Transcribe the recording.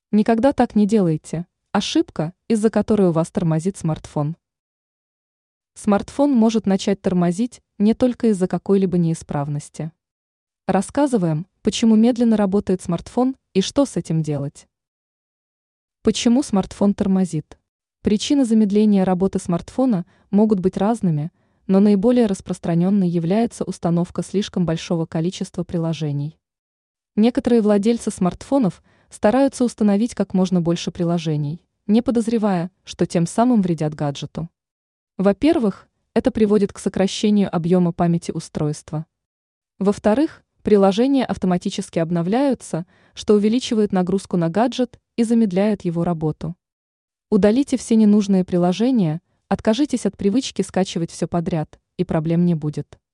Никогда так не делайте. Ошибка, из-за которой у вас тормозит смартфон. Смартфон может начать тормозить не только из-за какой-либо неисправности. Рассказываем, почему медленно работает смартфон и что с этим делать. Почему смартфон тормозит? Причины замедления работы смартфона могут быть разными, но наиболее распространенной является установка слишком большого количества приложений. Некоторые владельцы смартфонов стараются установить как можно больше приложений, не подозревая, что тем самым вредят гаджету. Во-первых, это приводит к сокращению объема памяти устройства. Во-вторых, приложения автоматически обновляются, что увеличивает нагрузку на гаджет и замедляет его работу. Удалите все ненужные приложения, откажитесь от привычки скачивать все подряд, и проблем не будет.